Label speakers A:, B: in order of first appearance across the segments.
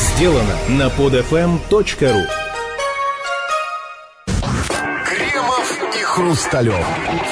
A: Сделано на podfm.ru.
B: Кремов и Хрусталев.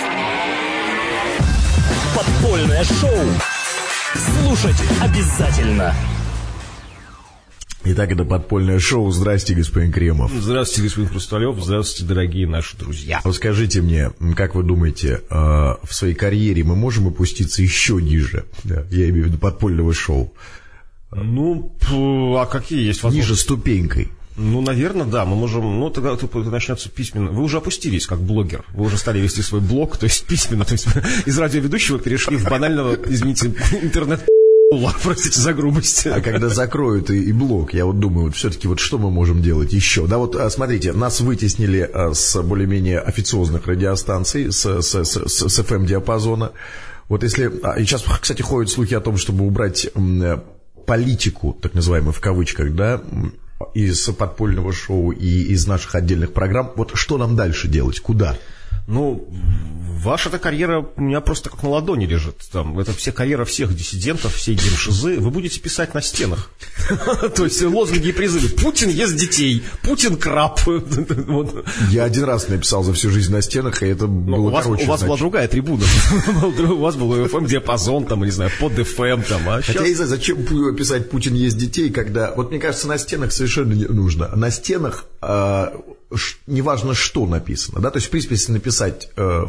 C: Подпольное шоу. Слушать обязательно.
D: Итак, это подпольное шоу. Здрасте, господин Кремов.
E: Здравствуйте, господин Хрусталев. Здравствуйте, дорогие наши друзья.
D: Вот скажите мне, как вы думаете, в своей карьере мы можем опуститься еще ниже? Да, я имею в виду подпольного шоу.
E: Ну, а какие есть возможности?
D: Ниже ступенькой.
E: Ну, наверное, да, мы можем, ну, тогда начнется письменно. Вы уже опустились как блогер, вы уже стали вести свой блог, то есть письменно, то есть из радиоведущего перешли в банального, извините, интернет. Простите за грубость.
D: А когда закроют и блог, я вот думаю, вот все-таки вот что мы можем делать еще? Да, вот смотрите, нас вытеснили с более-менее официозных радиостанций, с FM-диапазона. Вот если... И сейчас, кстати, ходят слухи о том, чтобы убрать политику, так называемую в кавычках, да, из подпольного шоу и из наших отдельных программ. Вот что нам дальше делать? Куда?
E: Ну, ваша-то карьера у меня просто как на ладони лежит. Там, это все карьера всех диссидентов, всей демшизы. Вы будете писать на стенах. То есть лозунги и призывы. Путин ест детей, Путин краб.
D: Я один раз написал за всю жизнь на стенах, и это было короче.
E: У вас была другая трибуна. У вас был FM-диапазон, там, не знаю, под FM.
D: Хотя я не знаю, зачем писать «Путин ест детей», когда... Вот мне кажется, на стенах совершенно не нужно. На стенах... неважно, что написано, да, то есть, в принципе, если написать да,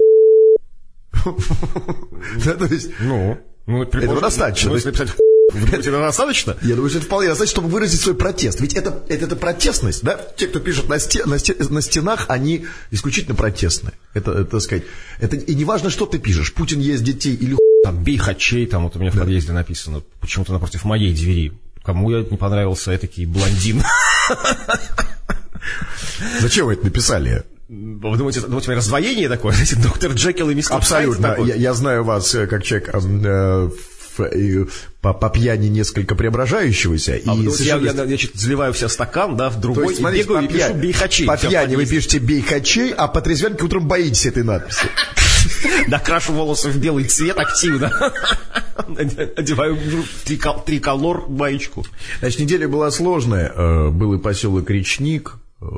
D: то есть, этого достаточно.
E: Если написать это достаточно?
D: Я думаю, что это вполне достаточно, чтобы выразить свой протест. Ведь это протестность, да? Те, кто пишет на стенах, они исключительно протестные. Это, так сказать, это и не важно, что ты пишешь. Путин ест детей или
E: там бей хачей, там вот у меня в подъезде написано, почему-то напротив моей двери. Кому я не понравился этакий блондин.
D: Зачем вы это написали?
E: Вы думаете, раздвоение такое? Доктор Джекил и мистер Хайд?
D: Абсолютно. Я знаю вас как человек по пьяни несколько преображающегося.
E: Я заливаю в себя стакан, да, в другой, и бегаю и пишу «бей хачей».
D: По пьяни вы пишете «бей хачей», а по трезвянке утром боитесь этой надписи.
E: Да, крашу волосы в белый цвет активно. Одеваю триколор маечку.
D: Значит, неделя была сложная. Был и поселок Речник.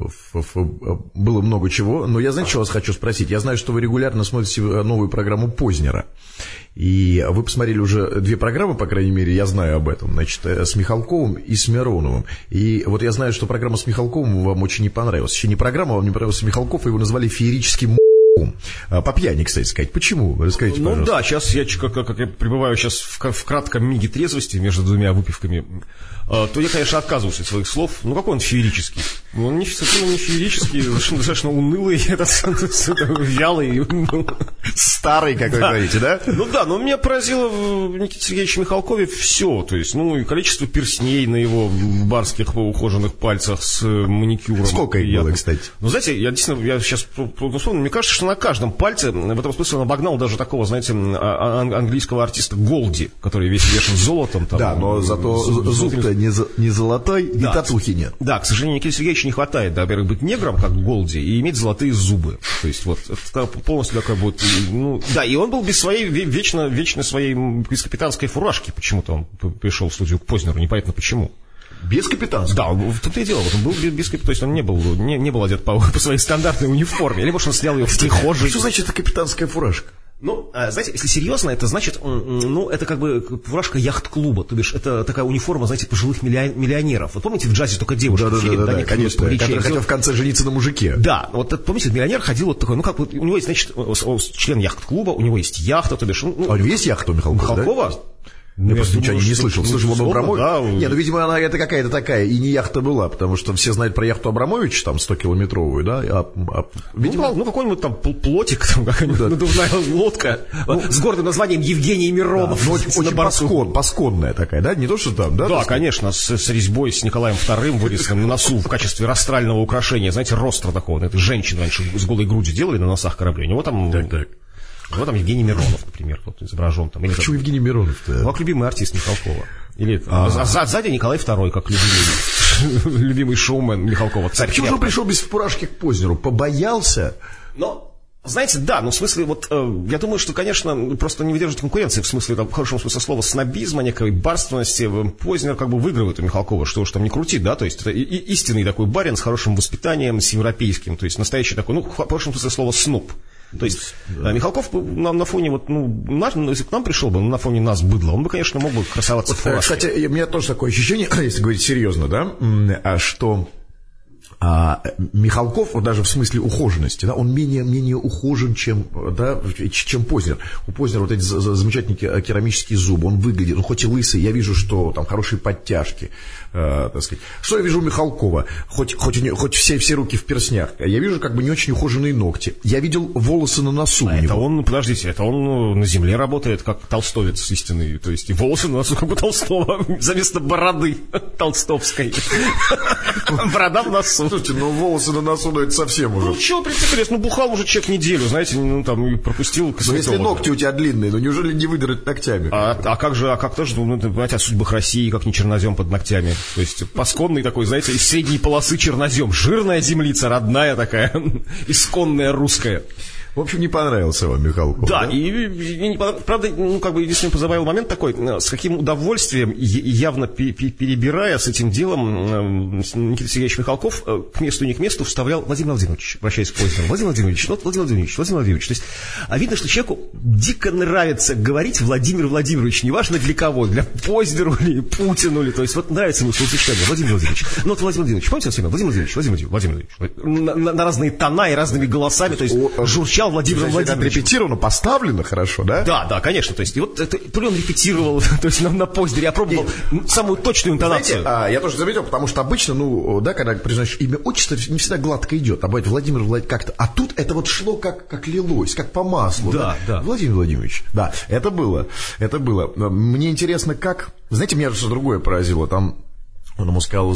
D: Было много чего. Но я, знаете, что вас хочу спросить? Я знаю, что вы регулярно смотрите новую программу Познера. И вы посмотрели уже 2 программы, по крайней мере, я знаю об этом, значит, с Михалковым и с Мироновым. И вот я знаю, что программа с Михалковым вам очень не понравилась. Еще не программа, вам не понравился Михалков, и его назвали феерическим по пьяни, кстати сказать. Почему? Расскажите, пожалуйста.
E: Ну да, сейчас я, как я пребываю сейчас в кратком миге трезвости между 2 выпивками, то я, конечно, отказываюсь от своих слов. Ну, какой он феерический? Он совершенно не феерический, достаточно унылый, вялый.
D: Старый, как вы говорите, да?
E: Ну да, но меня поразило в Никите Сергеевиче Михалкове все. То есть, и количество перстней на его барских ухоженных пальцах с маникюром.
D: Сколько их было, кстати?
E: Ну, знаете, я сейчас вспомнил, мне кажется, что на каждом пальце, в этом смысле он обогнал даже такого, знаете, английского артиста Голди, который весь вешен золотом. Там,
D: да, но зато зуб-то не золотой, и татухи нет.
E: Да, к сожалению, Никите Сергеевичу не хватает, да, во-первых, быть негром, как Голди, и иметь золотые зубы. То есть, вот, это полностью такая вот, да, и он был без своей, вечно своей, без капитанской фуражки, почему-то он пришел в студию к Познеру, непонятно почему.
D: Без капитанства?
E: Да, в том-то и дело, вот он был без капитанства, то есть он не был одет по своей стандартной униформе, либо он снял ее в прихожей.
D: Что значит это капитанская фуражка?
E: Ну, знаете, если серьезно, это значит, это как бы фуражка яхт-клуба, то бишь это такая униформа, знаете, пожилых миллионеров. Вот помните, в джазе только девушки?
D: Да, конечно, который хотел в конце жениться на мужике.
E: Да, вот помните, миллионер ходил вот такой, как вот, у него есть, значит, член яхт-клуба, у него есть яхта, то бишь...
D: А у него есть яхта у Михалкова?
E: Да?
D: Я просто ничего не слышал. Слышал об Абрамовиче.
E: Да,
D: нет, видимо, она это какая-то такая, и не яхта была, потому что все знают про яхту Абрамовича, там, 100-километровую, да?
E: Видимо, какой-нибудь там плотик, там, какая-нибудь надувная лодка с гордым названием Евгений Миронов.
D: Да, очень пасконная такая, да? Не то, что там, да?
E: Да, конечно, с резьбой с Николаем II вырезанным на носу в качестве растрального украшения, знаете, ростра такого. Это женщин раньше с голой грудью делали на носах кораблей. У него там... Так. Вот там Евгений Миронов, например, вот изображен там.
D: Почему Евгений Миронов-то?
E: Ну, как любимый артист Михалкова. Или сзади Николай II, как любимый шоумен Михалкова.
D: Почему же он пришел без фуражки к Познеру? Побоялся?
E: Но Знаете, да, в смысле, я думаю, что, конечно, просто не выдерживает конкуренции, в смысле, в хорошем смысле слова, снобизма, некой барственности. Познер выигрывает у Михалкова, что уж там не крутить, да, то есть это истинный такой барин с хорошим воспитанием, с европейским, то есть настоящий такой, в хорошем смысле слова, сноб. То есть Михалков на фоне, если к нам пришел бы, на фоне нас быдло, он бы, конечно, мог бы красоваться в фуражке.
D: Кстати, у меня тоже такое ощущение, если говорить серьезно, да, что... Михалков, даже в смысле ухоженности, да, он менее ухожен, чем Познер. У Познера эти замечательные керамические зубы, он выглядит, хоть и лысый, я вижу, что там хорошие подтяжки, так сказать. Что я вижу у Михалкова? Хоть все руки в перстнях, я вижу не очень ухоженные ногти. Я видел волосы на носу.
E: Это он на земле работает, как толстовец истинный, то есть и волосы на носу, как у Толстого, вместо бороды толстовской. Борода в носу.
D: Слушайте, волосы на носу, это совсем уже.
E: Чего прицепились? Бухал уже человек неделю, знаете, и пропустил косметолога.
D: Если ногти у тебя длинные, неужели не выдрать ногтями?
E: Как тоже, о судьбах России, как не чернозем под ногтями. То есть пасконный такой, знаете, из средней полосы чернозем. Жирная землица, родная такая, исконная русская.
D: В общем, не понравился вам Михалков.
E: Да, и правда, единственный позабавил момент такой, с каким удовольствием, явно перебирая с этим делом, Никита Сергеевич Михалков к месту и не к месту вставлял Владимир Владимирович, обращаясь к Познеру. Владимир Владимирович. То есть, видно, что человеку дико нравится говорить Владимир Владимирович, неважно для кого, для Познеру или Путину, то есть, нравится ему словосочетание Владимир Владимирович. Владимир Владимирович, помните все время? Владимир Владимирович. На разные тона и разными голосами, то есть, журчал Владимир Владимирович.
D: Репетировано, поставлено хорошо, да?
E: Да, конечно. То есть, то ли он репетировал, то есть на Познере, я пробовал самую точную интонацию.
D: Знаете, я тоже заметил, потому что обычно, когда произносишь имя, отчество, не всегда гладко идет. А бывает Владимир как-то. А тут это шло как лилось, как по маслу.
E: Да.
D: Владимир Владимирович. Да, это было. Мне интересно, как. Знаете, меня что-то другое поразило. Там он ему сказал,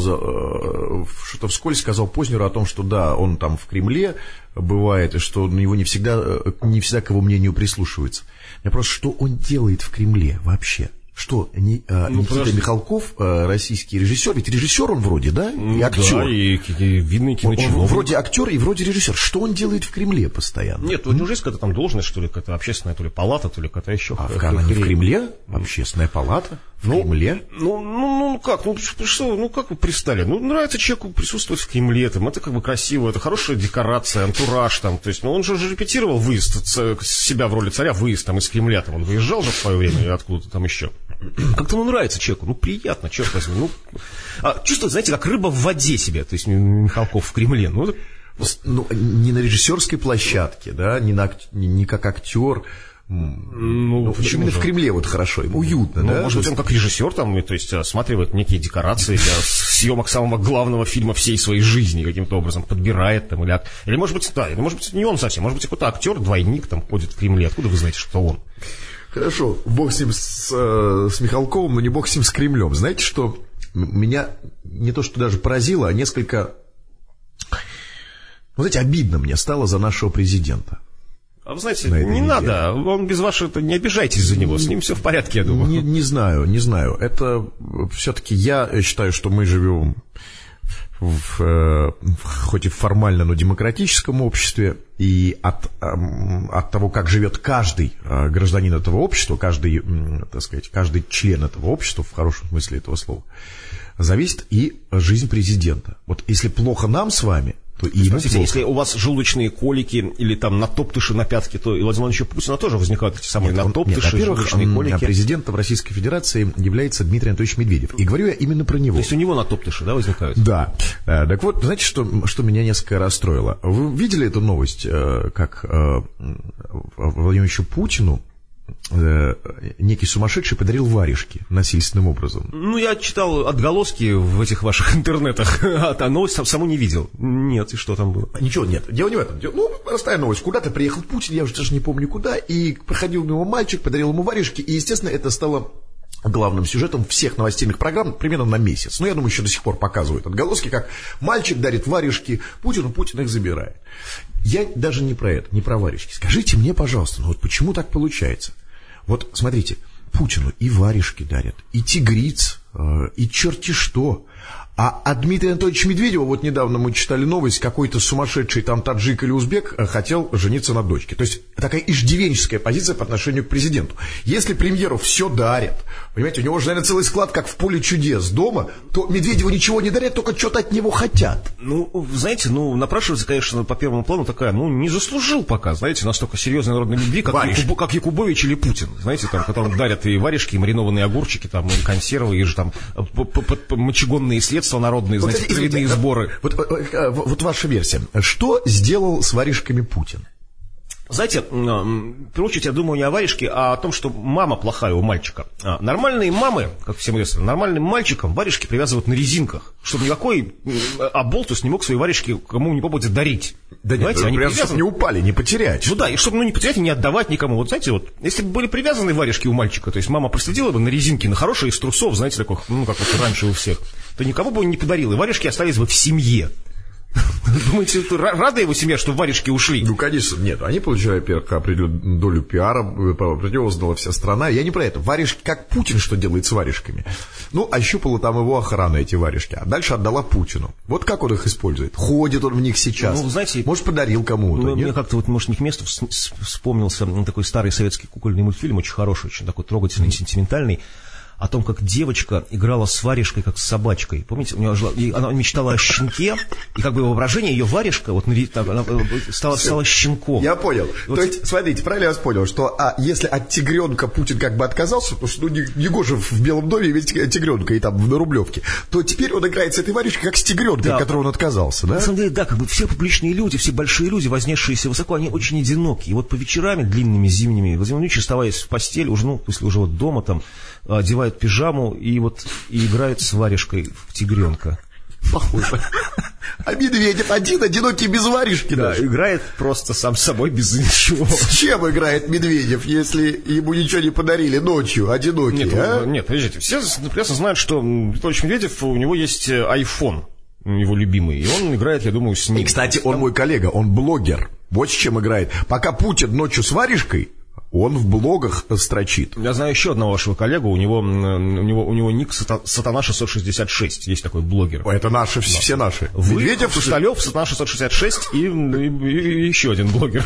D: что-то вскользь сказал Познеру о том, что да, он там в Кремле бывает, и что на него не всегда к его мнению прислушиваются. Я просто, что он делает в Кремле вообще? Что, Никита Михалков, российский режиссер, ведь режиссер он вроде, да? И актер.
E: Да, и видный киночиновник.
D: Он вроде актер и вроде режиссер. Что он делает в Кремле постоянно?
E: Нет, у него есть какая-то там должность, что ли, какая-то общественная, то ли палата, то ли какая-то еще.
D: Она не в Кремле? Общественная палата? В Кремле?
E: Как вы пристали? Нравится человеку присутствовать в Кремле, это красиво, это хорошая декорация, антураж, то есть, он же репетировал выезд себя в роли царя, выезд из Кремля, он выезжал же в свое время, и откуда-то там еще. Как-то нравится человеку, приятно, черт возьми. Чувствует, знаете, как рыба в воде себя, то есть Михалков в Кремле.
D: Не на режиссерской площадке, да, не как актер.
E: Почему
D: именно в Кремле хорошо, ему уютно, да?
E: Может быть, он как режиссер то есть осматривает некие декорации для съемок самого главного фильма всей своей жизни каким-то образом, подбирает или может быть, не он совсем, может быть, какой-то актер, двойник ходит в Кремле. Откуда вы знаете, что он?
D: Хорошо, бог с ним с Михалковым, но не бог с ним с Кремлем. Знаете, что меня не то что даже поразило, а несколько, обидно мне стало за нашего президента.
E: А вы знаете, не надо, он без вашего, не обижайтесь за него, с ним все в порядке, я думаю.
D: Не знаю. Это все-таки я считаю, что мы живем хоть и формально, но демократическом обществе, и от того, как живет каждый гражданин этого общества, каждый член этого общества, в хорошем смысле этого слова, зависит и жизнь президента. Если плохо нам с вами, то и ему плохо.
E: Если у вас желудочные колики или натоптыши на пятке, то и Владимира Владимировича Путина тоже возникают эти самые натоптыши, желудочные колики.
D: Президентом Российской Федерации является Дмитрий Анатольевич Медведев. И говорю я именно про него.
E: То есть у него натоптыши, да, возникают?
D: Да. Так вот, знаете, что меня несколько расстроило? Вы видели эту новость, как Владимировичу Путину некий сумасшедший подарил варежки насильственным образом?
E: Я читал отголоски в этих ваших интернетах, а новость саму не видел. Нет, и что там было?
D: Ничего нет, дело не в этом. Простая новость. Куда-то приехал Путин, я уже даже не помню куда, и проходил мимо мальчик, подарил ему варежки, и, естественно, это стало главным сюжетом всех новостейных программ примерно на месяц. Я думаю, еще до сих пор показывают отголоски, как мальчик дарит варежки Путину, Путин их забирает. Я даже не про это, не про варежки. Скажите мне, пожалуйста, почему так получается? Смотрите, Путину и варежки дарят, и тигриц, и черти что. А Дмитрия Анатольевича Медведева, вот недавно мы читали новость, какой-то сумасшедший там таджик или узбек хотел жениться на дочке. То есть такая иждивенческая позиция по отношению к президенту. Если премьеру все дарят, понимаете, у него же, наверное, целый склад, как в поле чудес дома, то Медведеву ничего не дарят, только что-то от него хотят.
E: Ну, знаете, напрашивается, конечно, по первому плану такая, не заслужил пока, знаете, настолько серьезной народной любви, как Якубович или Путин, знаете, там, которым дарят и варежки, и маринованные огурчики, там, и консервы, и же там мочегонные следства народные, вот, знаете, кровяные сборы.
D: Вот ваша версия. Что сделал с варежками Путин?
E: Знаете, в первую очередь я думаю не о варежке, а о том, что мама плохая у мальчика. Нормальные мамы, как всем известно, нормальным мальчикам варежки привязывают на резинках, чтобы никакой оболтус не мог свои варежки кому ни попадет дарить.
D: Да нет, они привязаны, не упали, не потерять.
E: Ну да, и чтобы не потерять и не отдавать никому. Вот знаете, вот, если бы были привязаны варежки у мальчика, то есть мама проследила бы на резинке, на хорошие из трусов, знаете, таких, как вот раньше у всех, то никому бы он не подарил, и варежки остались бы в семье. Думаете, рада его семья, что варежки ушли?
D: Ну, конечно, нет. Они получают, во-первых, определенную долю пиара, против него знала вся страна. Я не про это. Варежки, как Путин что делает с варежками? Ощупала там его охрана, эти варежки. А дальше отдала Путину. Вот как он их использует? Ходит он в них сейчас.
E: Знаете,
D: может, подарил кому-то,
E: мне как-то, вот, может, не к месту вспомнился такой старый советский кукольный мультфильм, очень хороший, очень такой трогательный, сентиментальный, о том, как девочка играла с варежкой, как с собачкой. Помните, она мечтала о щенке, и как бы воображение, ее варежка вот, она стала щенком.
D: Я понял. Вот. То есть, смотрите, правильно я вас понял, что если от тигренка Путин как бы отказался, потому что негоже в Белом доме иметь тигренка и там на Рублевке, то теперь он играет с этой варежкой как с тигренком, от которого он отказался, да?
E: На самом деле, да, как бы все публичные люди, все большие люди, вознесшиеся высоко, они очень одиноки. И вот по вечерами длинными зимними, Владимир Владимирович, оставаясь в постель, если уже вот дома там, одевает пижаму и играет с варежкой в тигренка.
D: Похоже. А Медведев один, одинокий, без варежки,
E: да,
D: даже.
E: Играет просто сам с собой без ничего.
D: С чем играет Медведев, если ему ничего не подарили ночью, одинокий?
E: Нет, подождите, все прекрасно знают, что Анатольевич Медведев, у него есть iPhone, его любимый, и он играет, я думаю, с ним.
D: И, кстати, он мой коллега, он блогер. Вот с чем играет. Пока Путин ночью с варежкой, он в блогах строчит.
E: Я знаю еще одного вашего коллегу, у него ник Сатана 666, есть такой блогер.
D: Это наши, все наши.
E: Медведев, Хрусталев, Сатана 666 и еще один блогер.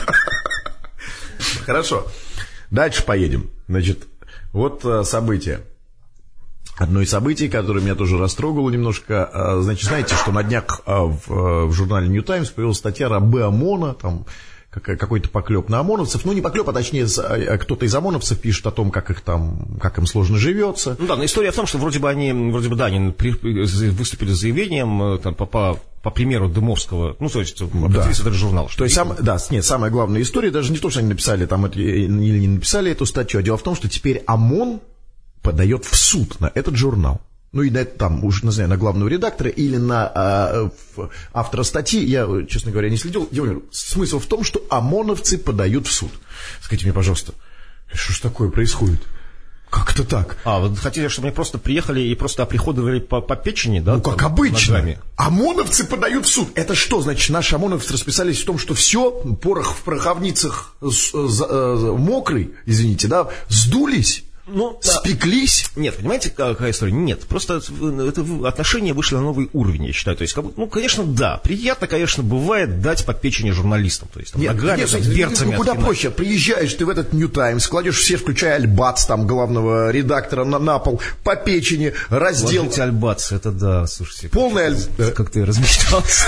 D: Хорошо. Дальше поедем. Значит, вот событие. Одно из событий, которое меня тоже растрогало немножко. Значит, знаете, что на днях в журнале New Times появилась статья рабы ОМОНа, там какой-то поклеп на ОМОНовцев. Не поклеп, а точнее кто-то из ОМОНовцев пишет о том, как им сложно живется.
E: Ну да, но история в том, что вроде бы они выступили с заявлением там, по примеру Дымовского, то есть обратились в этот журнал.
D: То есть, самая главная история, даже не то, что они написали там или не написали эту статью, а дело в том, что теперь ОМОН подает в суд на этот журнал. И на это там, уже, не знаю, на главного редактора или на автора статьи, я, честно говоря, не следил. Смысл в том, что ОМОНовцы подают в суд. Скажите мне, пожалуйста, что ж такое происходит? Как это так?
E: Вы хотели, чтобы они просто приехали и просто оприходовали по печени, да?
D: Как обычно. Ногами. ОМОНовцы подают в суд. Это что, значит, наши ОМОНовцы расписались в том, что все, порох в пороховницах мокрый, извините, да, сдулись? Спеклись?
E: Нет, понимаете, какая история? Нет, просто это отношения вышли на новый уровень, я считаю. То есть, конечно, да, приятно, конечно, бывает дать по печени журналистам. То есть, там, ногами, берцами.
D: Куда проще? Приезжаешь ты в этот New Times, кладешь все, включая Альбац, там, главного редактора, на пол, по печени, раздел.
E: Ложите Альбац, это да, слушайте.
D: Полный
E: как ты размечтался.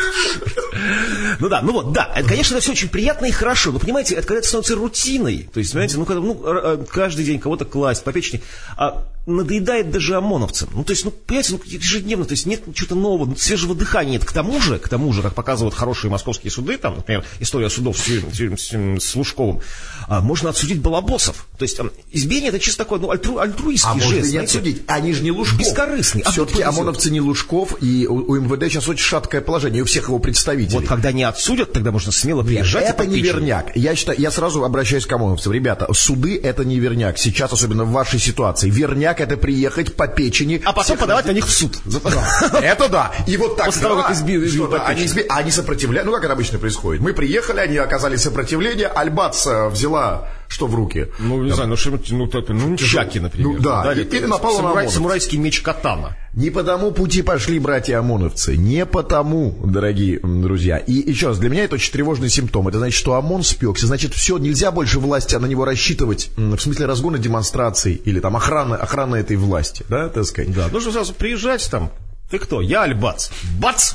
E: Это, конечно, это все очень приятно и хорошо, но, понимаете, это когда это становится рутиной. То есть, понимаете, когда каждый день кого-то класть по печени, надоедает даже ОМОНовцам. То есть, понимаете, ежедневно, то есть нет чего-то нового, свежего дыхания нет. К тому же, как показывают хорошие московские суды, там, например, история судов с Лужковым, можно отсудить балабосов. То есть, избиение это чисто такой, альтруистский жест.
D: Можно не отсудить, они же не Лужков.
E: Бескорыстный.
D: Все-таки ОМОНовцы не Лужков, и у МВД сейчас очень шаткое положение, у всех его представителей.
E: Вот когда не отсудят, тогда можно смело приезжать.
D: Это не верняк. Я сразу обращаюсь к ОМОНовцам. Ребята, суды это не верняк. Сейчас, особенно в вашей ситуации. Верняк это приехать по печени.
E: А потом подавать на них в суд.
D: Это да. И вот так.
E: После того, как избили по печени.
D: Они сопротивляют. Как это обычно происходит. Мы приехали, они оказали сопротивление. Альбац взяла что в руки?
E: Не знаю, нунчаки, например.
D: Да. И напала на ОМОНовцев.
E: Самурайский меч катана.
D: Не по тому пути пошли братья ОМОНовцы. Не по тому, дорогие друзья. И еще раз, для меня это очень тревожный симптом. Это значит, что ОМОН спекся. Значит, все, нельзя больше власти на него рассчитывать. В смысле разгона демонстраций или там охрана этой власти. Да, так сказать?
E: Да, нужно сразу приезжать там. Ты кто? Я Альбац. Бац!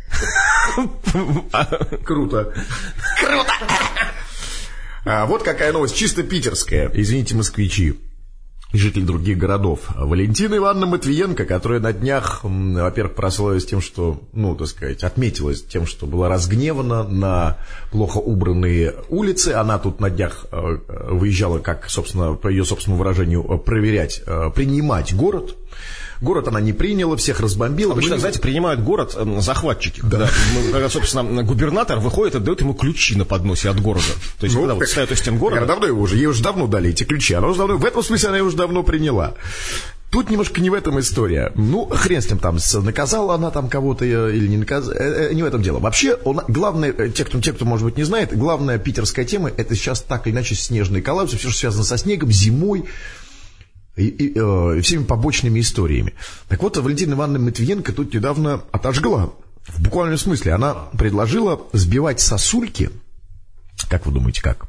D: Круто. Круто! Вот какая новость, чисто питерская. Извините, москвичи и жители других городов. Валентина Ивановна Матвиенко, которая на днях, во-первых, прославилась тем, что, отметилась тем, что была разгневана на плохо убранные улицы. Она тут на днях выезжала, как, собственно, по ее собственному выражению, принимать город. Город она не приняла, всех разбомбила.
E: Обычно, знаете, принимают город захватчики. Да. Когда, собственно, губернатор выходит и дает ему ключи на подносе от города. То есть, когда вот стоят у стен города...
D: Ей уже давно дали эти ключи. В этом смысле она уже давно приняла. Тут немножко не в этом история. Хрен с ним там, наказала она там кого-то или не наказала. Не в этом дело. Вообще, главное, те, кто, может быть, не знает, главная питерская тема, это сейчас так или иначе снежные коллапсы, все, что связано со снегом, зимой. И всеми побочными историями. Так вот, Валентина Ивановна Матвиенко тут недавно отожгла. В буквальном смысле. Она предложила сбивать сосульки. Как вы думаете, как?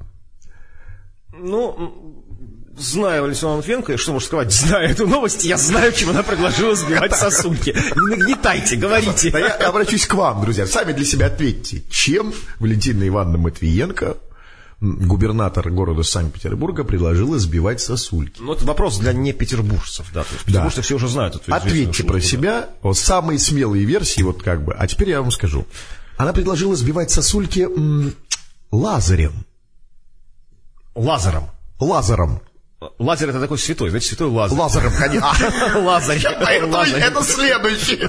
E: Знаю Валентину Матвиенко, что можно сказать, знаю эту новость, я знаю, чем она предложила сбивать сосульки. Не нагнетайте, говорите.
D: Я обращусь к вам, друзья. Сами для себя ответьте. Чем Валентина Ивановна Матвиенко, губернатор города Санкт-Петербурга, предложила сбивать сосульки?
E: Это вопрос для непетербуржцев, да. То есть петербуржцы все уже знают эту
D: Ответьте про себя. Вот самые смелые версии, А теперь я вам скажу. Она предложила сбивать сосульки лазером.
E: Лазером. Лазер — это такой святой, знаете, святой Лазарь.
D: Лазером, конечно.
E: Лазарь.
D: Это следующий.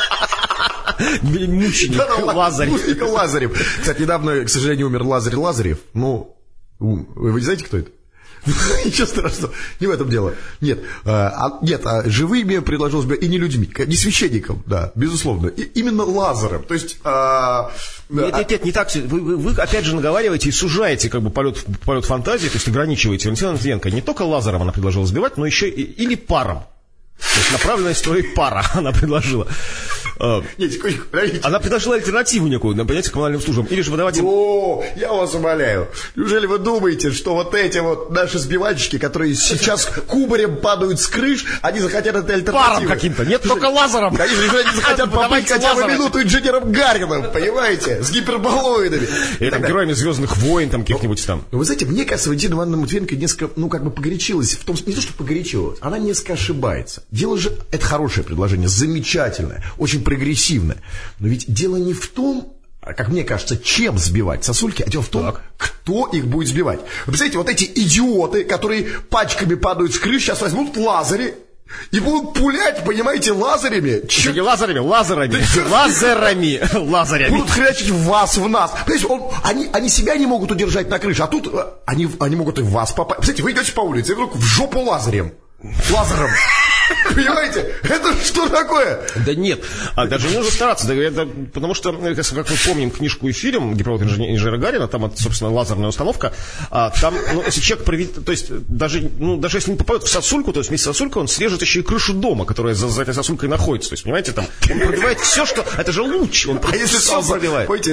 E: Мученик Лазарь.
D: Мученик Лазарев. Кстати, недавно, к сожалению, умер Лазарь Лазарев. Вы знаете, кто это? Ничего страшного, не в этом дело. Нет, живыми предложил сбивать, и не людьми, не священником, да, безусловно. Именно лазером. То есть...
E: Нет, не так. Вы опять же наговариваете и сужаете полет фантазии, то есть ограничиваете. Валентина Матвиенко не только лазером она предложила сбивать, но еще или паром. То есть направленная история пара она предложила.
D: Нет,
E: она предложила альтернативу некую на понятие коммунальным службам. Или же выдавать им...
D: я вас умоляю. Неужели вы думаете, что вот эти вот наши сбивальщики, которые сейчас кубарем падают с крыш, они захотят этой альтернативы?
E: Паром каким-то, нет, только лазером.
D: Конечно, они захотят побыть хотя бы минуту инженером Гаррином, понимаете, с гиперболоидами.
E: И там героями «Звездных войн» там каких-нибудь там.
D: Вы знаете, мне кажется, Валентина Ивановна Матвиенко несколько, погорячилась. В том, не то, что погорячилась, она несколько ошибается. Дело же, это хорошее предложение, замечательное, очень прогрессивное. Но ведь дело не в том, как мне кажется, чем сбивать сосульки, а дело в том, кто их будет сбивать. Вы представляете, вот эти идиоты, которые пачками падают с крыш, сейчас возьмут лазеры и будут пулять, понимаете, лазерами.
E: Не лазерами. Лазерами.
D: Будут хрячить в вас, в нас. Понимаете, они себя не могут удержать на крыше, а тут они могут и в вас попасть. Представляете, вы идете по улице, и вдруг в жопу лазером. Понимаете? Это что такое?
E: Да нет, даже не нужно стараться, потому что, как мы помним книжку и фильм «Гиперболоид инженера Гаррина», там, собственно, лазерная установка, там, если человек проведет, то есть, даже если не попадет в сосульку, то есть вместе с сосулькой он срежет еще и крышу дома, которая за этой сосулькой находится, то есть, понимаете, там, он пробивает все, что, это же луч, он все пробивает.
D: Помните,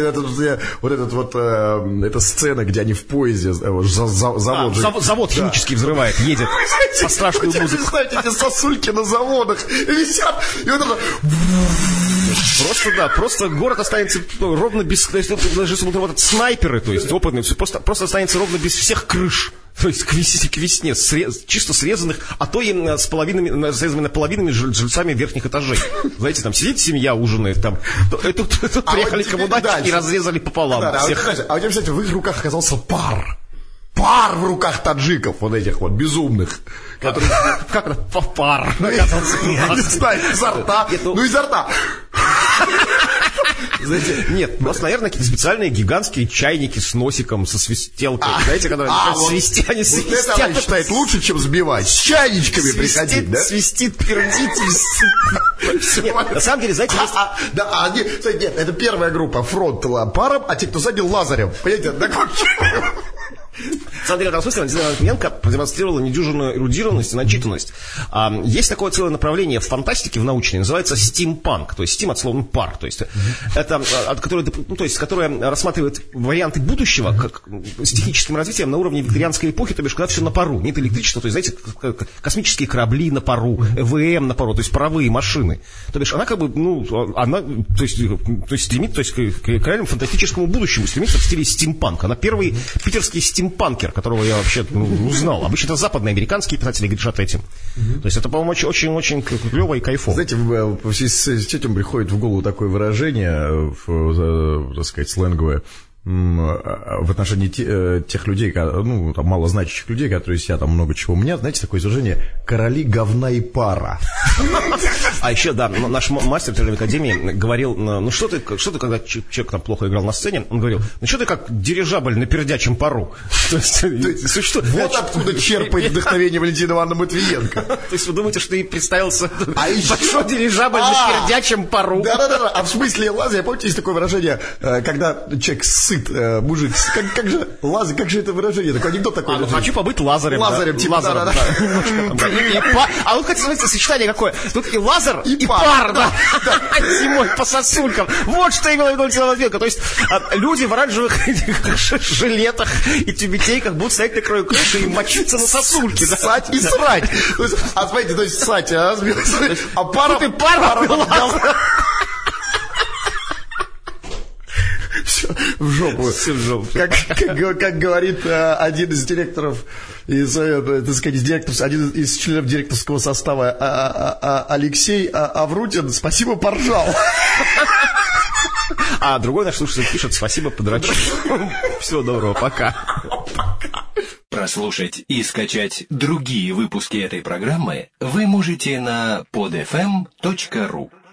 D: эта сцена, где они в поезде,
E: завод химический взрывает, едет по страшную музыку.
D: Представьте, эти сосульки на заводах висят, и вот это...
E: Просто город останется ровно без... То есть, даже если будут работать снайперы, то есть опытные, просто останется ровно без всех крыш. То есть к весне, чисто срезанных, а то и срезанными наполовинами жильцами верхних этажей. Знаете, там сидит семья, ужинает, там. Тут приехали коммунальщики и разрезали пополам. Всех.
D: А вот, кстати, в их руках оказался пар. Пар в руках таджиков, вот этих вот безумных, которые...
E: Как это пар оказался?
D: Не знаю, изо рта. Изо рта.
E: Знаете, нет, просто, наверное, какие-то специальные гигантские чайники с носиком, со свистелкой. Знаете, когда свистят, они свистят.
D: Это она считает лучше, чем сбивать. С чайничками приходить, да?
E: Свистит, пердит, свистит. На самом деле, знаете, есть...
D: Нет, это первая группа, фронт паром, а те, кто сзади, лазарем. Понимаете,
E: самом деле, в этом смысле Валентина Литвиненко продемонстрировала недюжинную эрудированность и начитанность. Есть такое целое направление в фантастике, в научной, называется стимпанк, то есть стим от слова пар, то есть это, которое рассматривает варианты будущего как, с техническим развитием на уровне викторианской эпохи, то бишь, когда все на пару, нет электричества, то есть, знаете, космические корабли на пару, ЭВМ на пару, то есть паровые машины. То бишь, она как бы, то есть стремит, то есть, к реальному фантастическому будущему, стремится в стиле стимпанк. Она первый питерский стимпанкер, которого я вообще узнал. Обычно это западные американские писатели грешат этим. То есть это, по-моему, очень клево и кайфово.
D: Знаете, в связи с этим приходит в голову такое выражение, так сказать, сленговое, в отношении тех людей, там, малозначащих людей, которые себя там много чего мнят, знаете, такое изражение «короли говна и пара».
E: А еще, да, наш мастер театральной академии говорил, что ты, когда человек там плохо играл на сцене, он говорил, что ты как дирижабль на пердячем пару.
D: Вот откуда черпает вдохновение Валентина Ивановна Матвиенко.
E: То есть вы думаете, что ты представился большой дирижабль на пердячем пару?
D: Да-да-да, а в смысле лазер, помните, есть такое выражение, когда человек сыт, мужик, как же лазер, как же это выражение, такой анекдот такой.
E: Хочу побыть лазарем.
D: Лазарем, типа, да-да-да.
E: А вот, кстати, смотрите, сочетание какое. Тут и лазер, и пар, да. Зимой по сосулькам. Вот что имела в виду Валентина Матвиенко. То есть люди в оранжевых жилетах и тюбетейках будут стоять на краю крыши и мочиться на сосульки.
D: Ссать и срать. А смотрите, то есть ссать, а пара...
E: Тут и пара.
D: Все в жопу. Как говорит один из директоров, один из членов директорского состава Алексей Аврутин, спасибо, поржал.
E: А другой наш слушатель пишет: спасибо, подрочил. Всего доброго, пока.
A: Прослушать и скачать другие выпуски этой программы вы можете на podfm.ru.